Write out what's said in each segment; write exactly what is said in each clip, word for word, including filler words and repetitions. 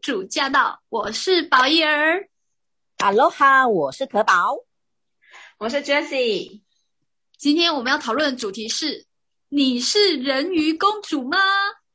主驾到，我是宝仪儿。 哈喽哈，我是可宝， 我是 Jessie。 今天我们要讨论的主题是：你是人鱼公主吗？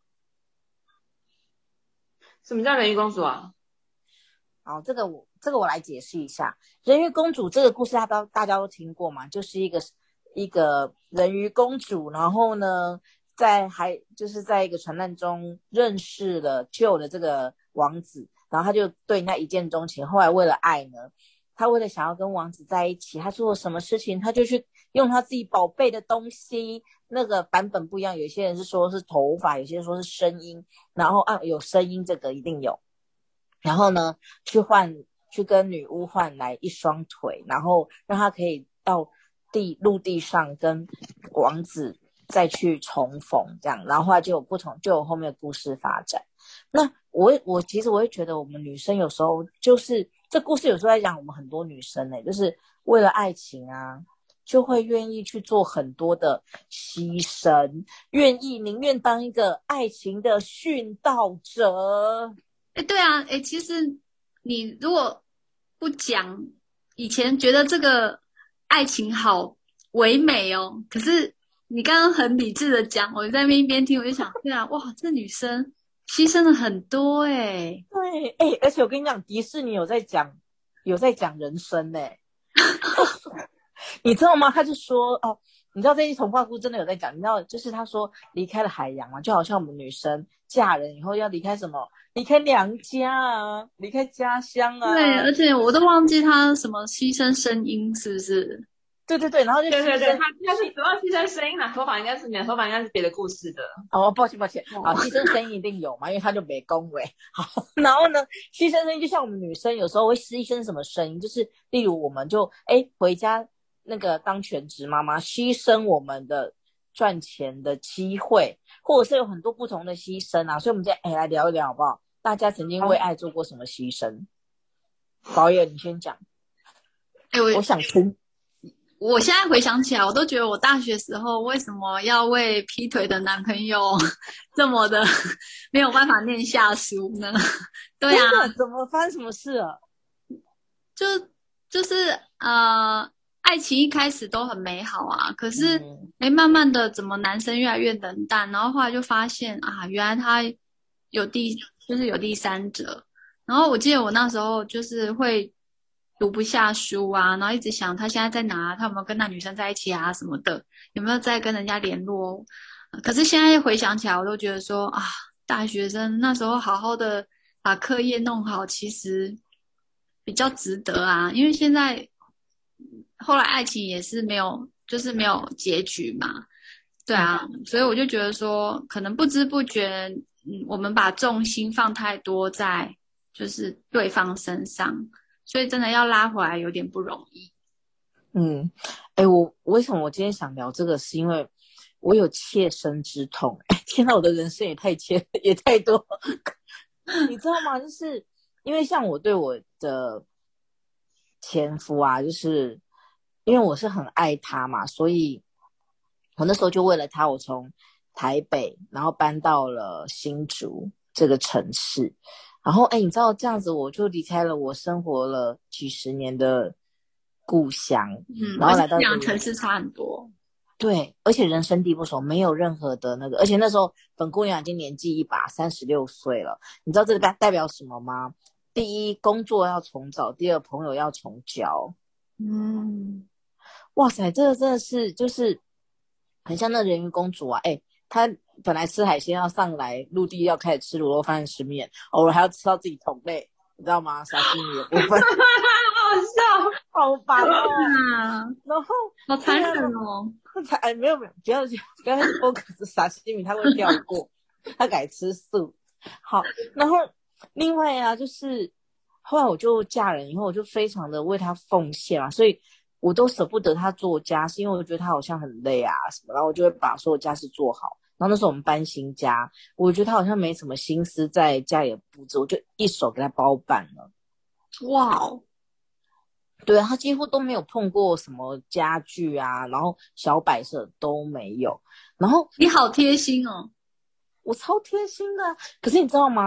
什么叫人鱼公主啊？ 好，这个我这个我来解释一下。人鱼公主这个故事，大家大家都听过嘛？就是一个一个人鱼公主，然后呢，在还就是在一个船难中认识了救了这个王子，然后他就对人家一见钟情。后来为了爱呢，他为了想要跟王子在一起，他做了什么事情？他就去用他自己宝贝的东西，那个版本不一样，有些人是说是头发，有些人说是声音，然后啊有声音这个一定有。然后呢，去换去跟女巫换来一双腿，然后让他可以到地陆地上跟王子再去重逢，这样，然后后来就有不同，就有后面的故事发展。那我我其实我会觉得，我们女生有时候就是这故事有时候在讲我们很多女生呢、欸，就是为了爱情啊，就会愿意去做很多的牺牲，愿意宁愿当一个爱情的殉道者。 哎，对啊，哎，其实你如果不讲，以前觉得这个爱情好唯美哦，可是你刚刚很理智的讲，我在那边一边听，我就想，对啊，哇，这女生牺牲了很多哎。 对，哎，而且我跟你讲，迪士尼有在讲，有在讲人生呢、欸。你知道吗？他就说哦，你知道这些童话故事真的有在讲，你知道，就是他说离开了海洋嘛，就好像我们女生嫁人以后要离开什么，离开娘家啊，离开家乡啊。 对，而且我都忘记他什么牺牲声音，是不是？ 对对对，然后就对对对，他他是主要牺牲声音啦，头发应该是没有，头发应该是别的故事的。 哦，抱歉抱歉，好，牺牲声音一定有嘛，因为他就没恭维。好，然后呢，牺牲声音就像我们女生有时候会牺牲什么声音，就是例如我们就哎回家那个当全职妈妈，牺牲我们的赚钱的机会，或者是有很多不同的牺牲啊。所以我们今天哎来聊一聊好不好？大家曾经为爱做过什么牺牲？宝爷，你先讲。 哎，我我想听。 我现在回想起来，我都觉得我大学时候为什么要为劈腿的男朋友这么的没有办法念下书呢？对啊， 怎么发生什么事了？ 就就是呃，爱情一开始都很美好啊，可是哎、嗯，慢慢的怎么男生越来越冷淡，然后后来就发现啊，原来他有第就是有第三者。然后我记得我那时候就是会读不下书啊，然后一直想他现在在哪，他有没有跟那女生在一起啊什么的，有没有在跟人家联络。可是现在回想起来，我都觉得说啊，大学生那时候好好的把课业弄好，其实比较值得啊。因为现在后来爱情也是没有，就是没有结局嘛。对啊，所以我就觉得说，可能不知不觉，嗯，我们把重心放太多在就是对方身上，所以真的要拉回来有点不容易。 嗯，哎，我为什么我今天想聊这个，是因为我有切身之痛。哎，天哪，我的人生也太切，也太多，你知道吗？就是因为像我对我的前夫啊，就是因为我是很爱他嘛，所以我那时候就为了他，我从台北然后搬到了新竹这个城市。然后哎，你知道这样子我就离开了我生活了几十年的故乡， 嗯， 然后来到两个城市差很多。 对，而且人生地不熟，没有任何的那个，而且那时候本姑娘已经年纪一把，三十六岁了。你知道这个代代表什么吗？第一，工作要重找；第二，朋友要重交。 嗯， 哇塞，这个真的是就是很像那人鱼公主啊！哎，她本来吃海鲜要上来，陆地要开始吃卤肉饭吃面，偶尔还要吃到自己同类，你知道吗？沙西米的部分。 好笑， 好烦哦！ 啊， 然后好残忍哦！ 哎，没有没有，不要不要 focus 沙西米，他会跳过，他改吃素。好，然后另外啊，就是后来我就嫁人以后，我就非常的为他奉献嘛，所以我都舍不得他做家事，因为我觉得他好像很累啊什么，然后我就会把所有家事做好。然后那时候我们搬新家，我觉得他好像没什么心思在家里的布置，我就一手给他包办了。 哇哦！ 对啊，他几乎都没有碰过什么家具啊，然后小摆设都没有。然后你好贴心哦， 我超贴心的。可是你知道吗？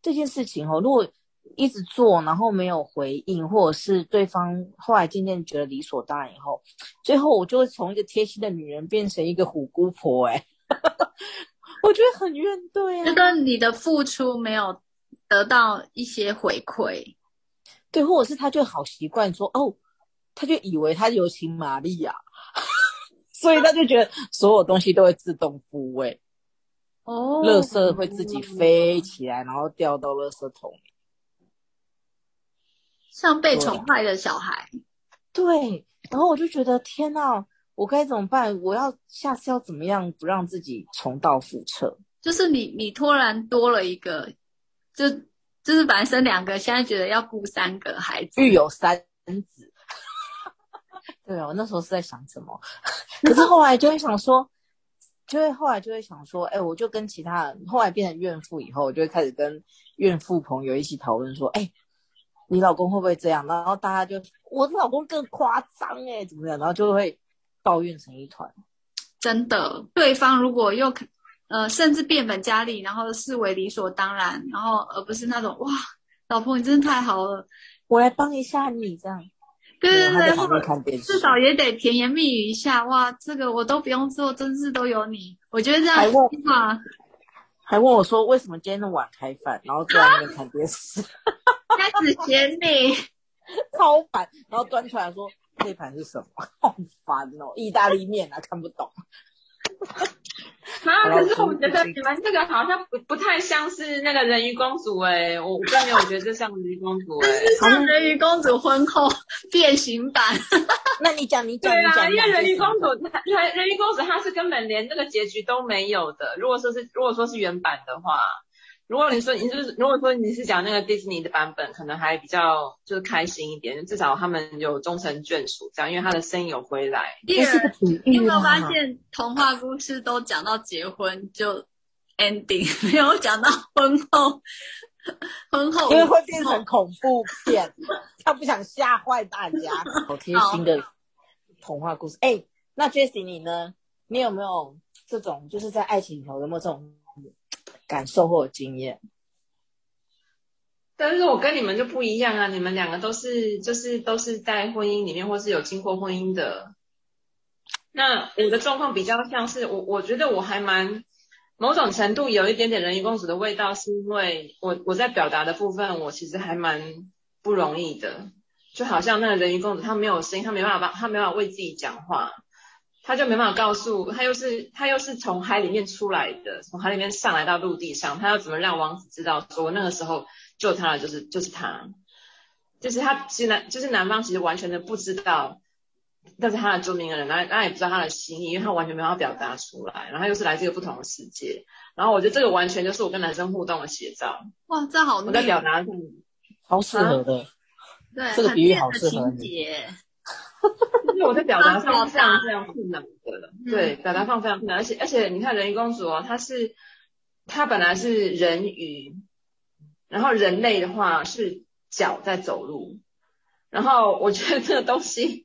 这件事情哦，如果一直做，然后没有回应，或者是对方后来渐渐觉得理所当然以后，最后我就会从一个贴心的女人变成一个虎姑婆、欸，哎，我觉得很怨怼啊。 觉得你的付出没有得到一些回馈， 对，或者是他就好习惯说，哦，他就以为他有请玛利亚，所以他就觉得所有东西都会自动复位， 哦， 垃圾会自己飞起来，然后掉到垃圾桶里。 像被宠坏的小孩。 对，然后我就觉得天哪，我该怎么办？我要下次要怎么样不让自己重蹈覆辙？ 就是你你突然多了一个，就就是本来生两个，现在觉得要顾三个孩子， 育有三子。对啊，我那时候是在想什么？可是后来就会想说，就会后来就会想说，哎，我就跟其他人，后来变成怨妇以后，我就会开始跟怨妇朋友一起讨论说，哎，你老公会不会这样？然后大家就，我的老公更夸张哎，怎么样？然后就会抱怨成一团。 真的，对方如果又呃甚至变本加厉，然后视为理所当然，然后而不是那种哇，老婆你真的太好了， 我来帮一下你这样。 对对对， 或者看电视至少也得甜言蜜语一下，哇，这个我都不用做，真是都有你。我觉得这样还问话， 还问我说为什么今天那么晚开饭，然后坐在那边看电视， 开始嫌你超烦，然后端出来说这盘是什么，好烦哦，意大利面啊，看不懂。 啊，可是我觉得你们这个好像不不太像是那个人鱼公主哎、欸，我并没有觉得这像人鱼公主哎、欸， 像人鱼公主婚后变形版。 那你讲，你讲， 对啊， 你讲， 因为人鱼公主，人鱼公主她是根本连这个结局都没有的。如果说是如果说是原版的话，如果你说你就是如果说你是讲那个迪士尼的版本，可能还比较就是开心一点，至少他们有终成眷属这样，因为他的声音有回来。 这是个比喻你有没有发现童话故事都讲到结婚就 ending， 没有讲到婚后？婚后因为会变成恐怖片，他不想吓坏大家。好贴心的童话故事。哎、欸，那 Jessie 你呢？你有没有这种就是在爱情里头有没有这种感受或者经验？ 但是我跟你们就不一样啊，你们两个都是就是都是在婚姻里面或是有经过婚姻的。那我的状况比较像是我我觉得我还蛮某种程度有一点点人鱼公主的味道，是因为我我在表达的部分我其实还蛮不容易的，就好像那个人鱼公主她没有声音，她没办法她没办法为自己讲话，她就没办法告诉她又是她又是从海里面出来的，从海里面上来到陆地上，她要怎么让王子知道说那个时候救他的就是就是他，就是他其实男就是男方其实完全的不知道那是他的救命恩人，然后他也不知道他的心意，因为他完全没有办法表达出来，然后又是来自一个不同的世界，然后我觉得这个完全就是我跟男生互动的写照。 哇，这好我在表达好适合的、啊、 对， 这个比喻好适合你。 就是我在表达上非常非常困难的，对，表达上非常困难，而且而且你看人鱼公主哦，她是她本来是人鱼，然后人类的话是脚在走路，然后我觉得这个东西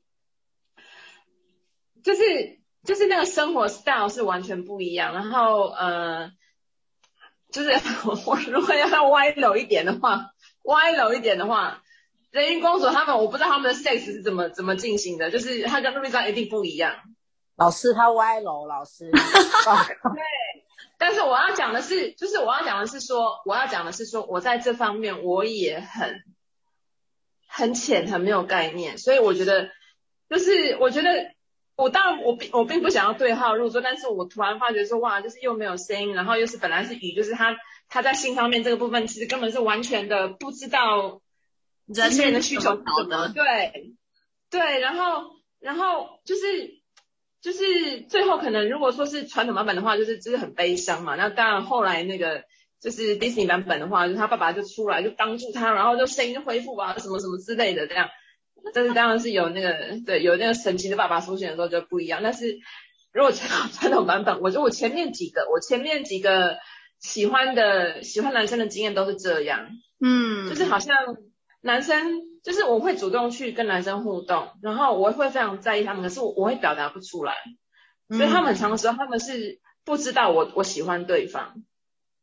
就是就是那个生活 style 是完全不一样，然后呃，就是我如果要歪楼一点的话，歪楼一点的话，人鱼公主他们我不知道他们的 sex 是怎么怎么进行的，就是他跟陆地上一定不一样。 老师他歪楼，老师。 对。但是我要讲的是，就是我要讲的是说，我要讲的是说，我在这方面我也很很浅，很没有概念，所以我觉得，就是我觉得我当然我并我并不想要对号入座，但是我突然发觉说，哇，就是又没有声音，然后又是本来是语，就是他他在性方面这个部分其实根本是完全的不知道这些人的需求是什么，对对，然后然后就是。就是最后可能如果说是传统版本的话，就是就是很悲伤嘛。那当然后来那个就是迪士尼版本的话，就是他爸爸就出来就帮助他，然后就声音恢复啊什么什么之类的这样。但是当然是有那个对有那个神奇的爸爸出现的时候就不一样。但是如果传统版本，我觉得我前面几个我前面几个喜欢的喜欢男生的经验都是这样， 嗯， 就是好像男生。就是我会主动去跟男生互动，然后我会非常在意他们，可是我我会表达不出来，所以他们很长的时候他们是不知道我我喜欢对方，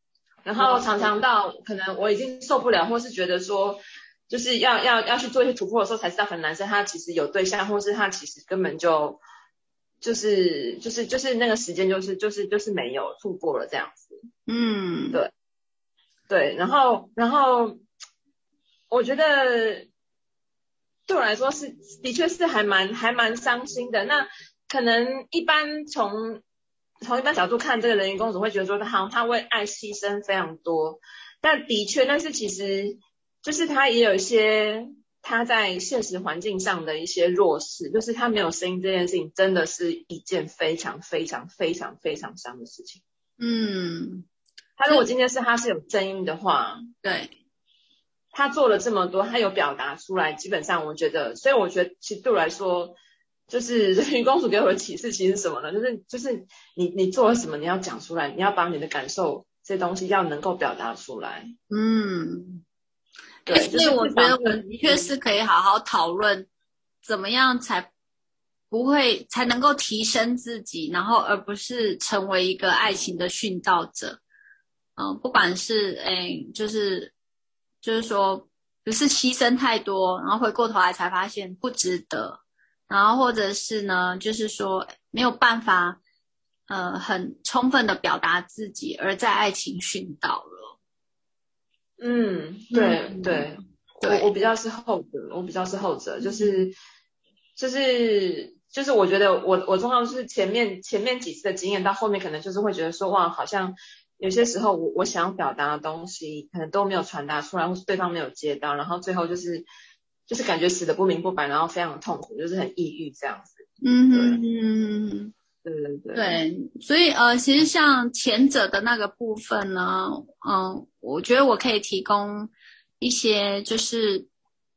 然后常常到可能我已经受不了，或是觉得说就是要要要去做一些突破的时候，才知道可能男生他其实有对象，或是他其实根本就就是就是就是那个时间就是就是就是没有错过了这样子。 嗯， 对对，然后然后我觉得对我来说是的确是还蛮还蛮伤心的。那可能一般从从一般角度看，这个人鱼公主会觉得说她好像她为爱牺牲非常多，但的确，但是其实就是她也有一些她在现实环境上的一些弱势，就是她没有声音这件事情真的是一件非常非常非常非常伤的事情。 嗯， 她如果今天是她是有声音的话， 对， 她做了这么多，她有表达出来，基本上我觉得，所以我觉得其实对我来说，就是人鱼公主给我的启示其实是什么呢？就是就是你你做了什么，你要讲出来，你要把你的感受这些东西要能够表达出来。 嗯， 对， 所以我觉得我们的确是可以好好讨论，怎么样才不会才能够提升自己，然后而不是成为一个爱情的殉道者。嗯、呃，不管是诶，就是就是说不是牺牲太多，然后回过头来才发现不值得。然后或者是呢，就是说没有办法，呃，很充分的表达自己，而在爱情殉道了。 嗯，对、 嗯、 对， 对我我比较是后者，我比较是后者，就是就是就是我觉得我我重要就是前面前面几次的经验，到后面可能就是会觉得说哇，好像有些时候我我想要表达的东西，可能都没有传达出来，或是对方没有接到，然后最后就是。就是感觉死得不明不白，然后非常痛苦，就是很抑郁这样子。 嗯哼嗯， 对对对对，所以呃，其实像前者的那个部分呢，嗯、呃，我觉得我可以提供一些就是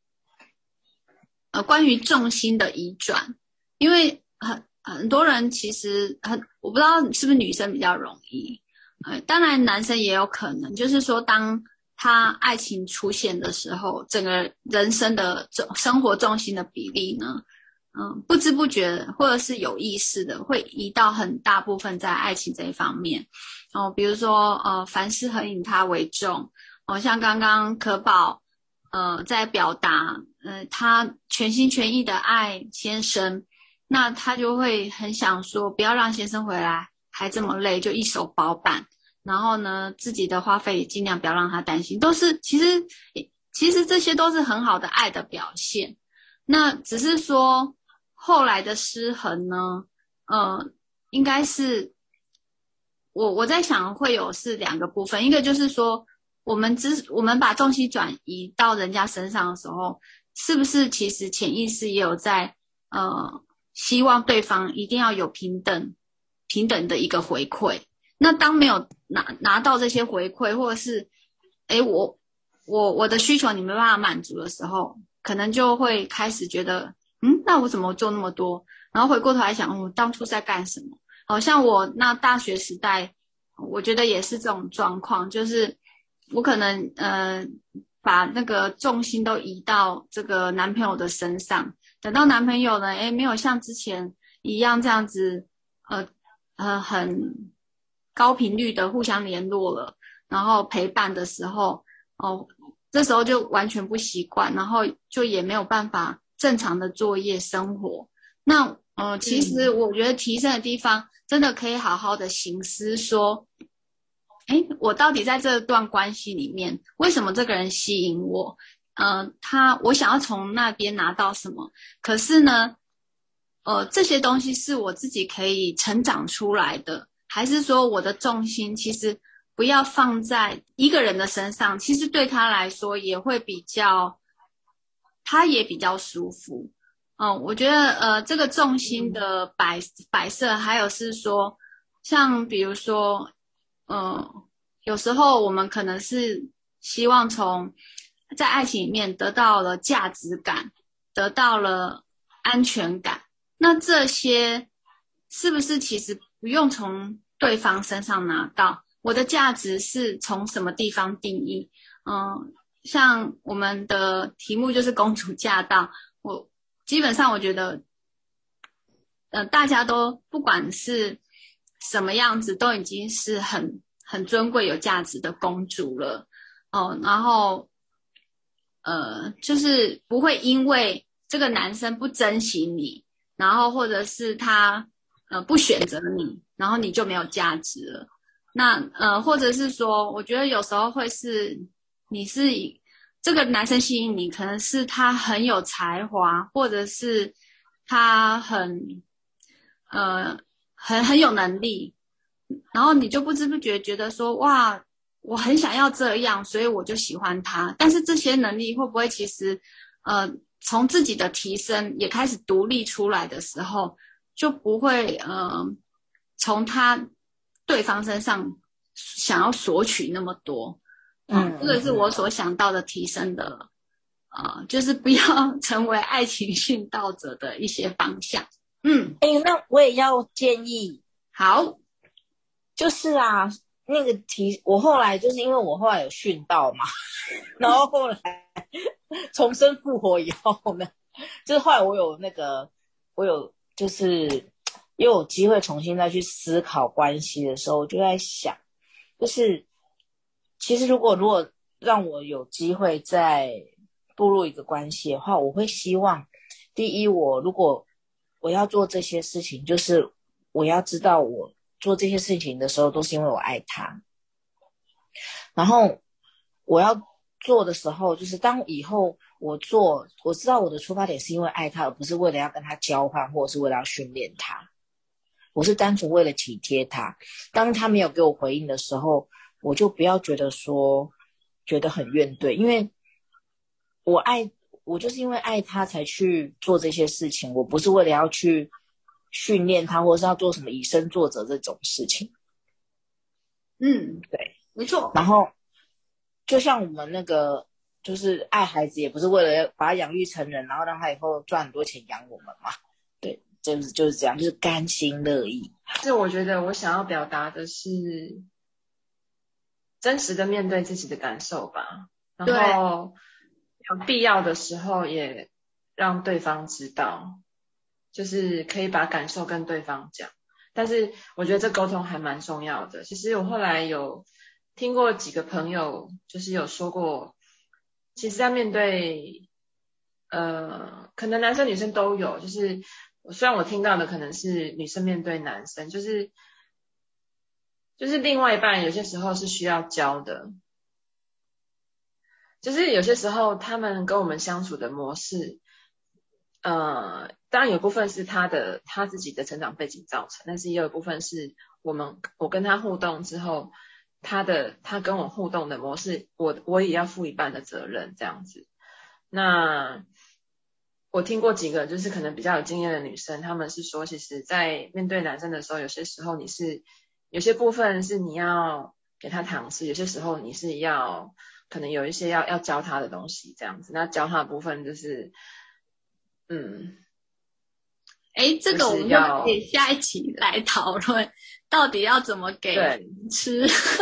呃关于重心的移转，因为很很多人其实很，我不知道是不是女生比较容易，呃，当然男生也有可能，就是说当他爱情出现的时候，整个人生的重生活重心的比例呢，嗯，不知不觉或者是有意识的会移到很大部分在爱情这一方面。哦，比如说呃，凡事很以他为重。哦，像刚刚可宝呃在表达，呃，他全心全意的爱先生，那他就会很想说，不要让先生回来还这么累，就一手包办。然后呢，自己的花费也尽量不要让他担心，都是其实其实这些都是很好的爱的表现。那只是说后来的失衡呢，呃，应该是我我在想会有是两个部分，一个就是说我们之我们把重心转移到人家身上的时候，是不是其实潜意识也有在呃希望对方一定要有平等平等的一个回馈。那当没有拿拿到这些回馈，或者是，诶，我我我的需求你没办法满足的时候，可能就会开始觉得，嗯，那我怎么做那么多？然后回过头来想，我当初在干什么？好像我那大学时代，我觉得也是这种状况，就是我可能呃把那个重心都移到这个男朋友的身上，等到男朋友呢，诶，没有像之前一样这样子，呃呃很。高频率的互相联络了，然后陪伴的时候，哦，这时候就完全不习惯，然后就也没有办法正常的作业生活。那呃，其实我觉得提升的地方，真的可以好好的省思说，哎，我到底在这段关系里面，为什么这个人吸引我？呃，他我想要从那边拿到什么？可是呢，呃，这些东西是我自己可以成长出来的。还是说我的重心其实不要放在一个人的身上，其实对他来说也会比较，他也比较舒服。嗯，我觉得呃这个重心的摆摆设，还有是说，像比如说，呃，有时候我们可能是希望从在爱情里面得到了价值感，得到了安全感，那这些是不是其实不用从对方身上拿到？我的价值是从什么地方定义？嗯，像我们的题目就是公主驾到，我基本上我觉得，呃，大家都不管是什么样子，都已经是很很尊贵有价值的公主了哦，然后呃就是不会因为这个男生不珍惜你，然后或者是他呃不选择你，然后你就没有价值了。那呃或者是说，我觉得有时候会是你是以这个男生吸引你，可能是他很有才华，或者是他很呃很很有能力，然后你就不知不觉觉得说，哇，我很想要这样，所以我就喜欢他。但是这些能力会不会其实呃从自己的提升也开始独立出来的时候，就不会呃从他对方身上想要索取那么多。嗯，这个是我所想到的提升的，呃，就是不要成为爱情殉道者的一些方向。嗯， 哎、欸，那我也要建议， 好， 就是啊，那个提我后来就是因为我后来有殉道嘛，然后后来重生复活以后呢，就是后来我有那个我有就是又有机会重新再去思考关系的时候，我就在想，就是其实如果如果让我有机会再步入一个关系的话，我会希望第一，我如果我要做这些事情，就是我要知道我做这些事情的时候都是因为我爱他，然后我要做的时候，就是当以后我做我知道我的出发点是因为爱他，而不是为了要跟他交换，或者是为了要训练他，我是单纯为了体贴他。当他没有给我回应的时候，我就不要觉得说觉得很怨怼，因为我爱我就是因为爱他才去做这些事情，我不是为了要去训练他，或者是要做什么以身作则这种事情。 嗯， 对， 没错。 然后就像我们那个就是爱孩子，也不是为了把他养育成人，然后让他以后赚很多钱养我们嘛。对，就是就是这样，就是甘心乐意。 是我觉得我想要表达的是真实的面对自己的感受吧，然后有必要的时候也让对方知道，就是可以把感受跟对方讲。但是我觉得这沟通还蛮重要的。其实我后来有听过几个朋友就是有说过，其实在面对呃可能男生女生都有，就是虽然我听到的可能是女生面对男生，就是就是另外一半有些时候是需要教的，就是有些时候他们跟我们相处的模式，呃，当然有部分是他的他自己的成长背景造成，但是也有部分是我们我跟他互动之后，他的他跟我互动的模式，我我也要负一半的责任这样子。那我听过几个就是可能比较有经验的女生，她们是说，其实在面对男生的时候，有些时候你是有些部分是你要给他糖吃，有些时候你是要可能有一些要要教他的东西这样子。那教他的部分就是嗯哎，这个我们就可以下一期来讨论，到底要怎么给吃。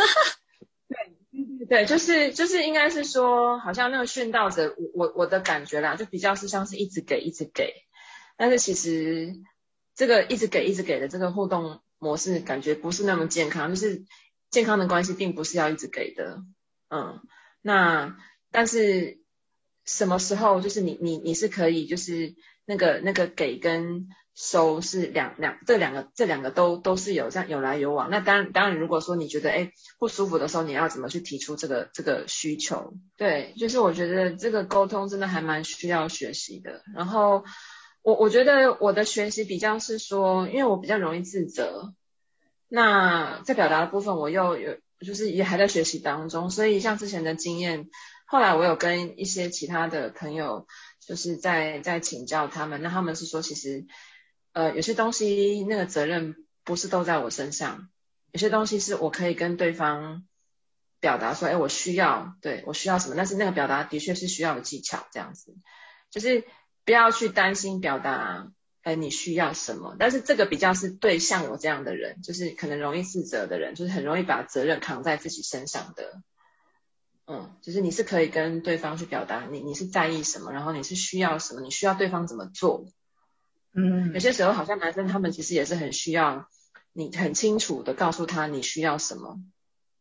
对，就是就是应该是说，好像那个殉道者，我我我的感觉啦，就比较是像是一直给一直给，但是其实这个一直给一直给的这个互动模式，感觉不是那么健康。就是健康的关系并不是要一直给的，嗯，那但是什么时候就是你你你是可以就是那个那个给跟收是两两这两个这两个都都是有这样有来有往。那当然当然如果说你觉得哎不舒服的时候，你要怎么去提出这个这个需求？对，就是我觉得这个沟通真的还蛮需要学习的。然后我我觉得我的学习比较是说，因为我比较容易自责，那在表达的部分我又有就是也还在学习当中，所以像之前的经验，后来我有跟一些其他的朋友就是在在请教他们，那他们是说其实呃有些东西那个责任不是都在我身上，有些东西是我可以跟对方表达说，哎，我需要，对，我需要什么，但是那个表达的确是需要有技巧，这样子，就是不要去担心表达，哎，你需要什么，但是这个比较是对像我这样的人，就是可能容易自责的人，就是很容易把责任扛在自己身上的，嗯，就是你是可以跟对方去表达你你是在意什么，然后你是需要什么，你需要对方怎么做， 嗯， 有些时候好像男生他们其实也是很需要你很清楚的告诉他你需要什么，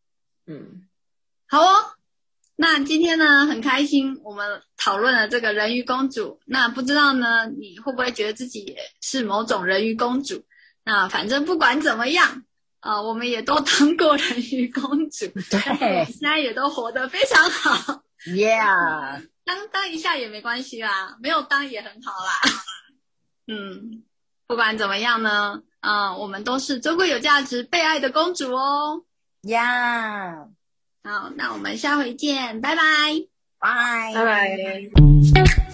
嗯， 好哦。那今天呢，很开心，我们讨论了这个人鱼公主。那不知道呢，你会不会觉得自己也是某种人鱼公主？那反正不管怎么样，呃，我们也都当过人鱼公主， 对， 现在也都活得非常好。 Yeah， 当当一下也没关系啦，没有当也很好啦。嗯，不管怎么样呢，嗯、呃，我们都是尊贵有价值、被爱的公主哦。 呀， 好，那我们下回见，拜拜， 拜拜拜。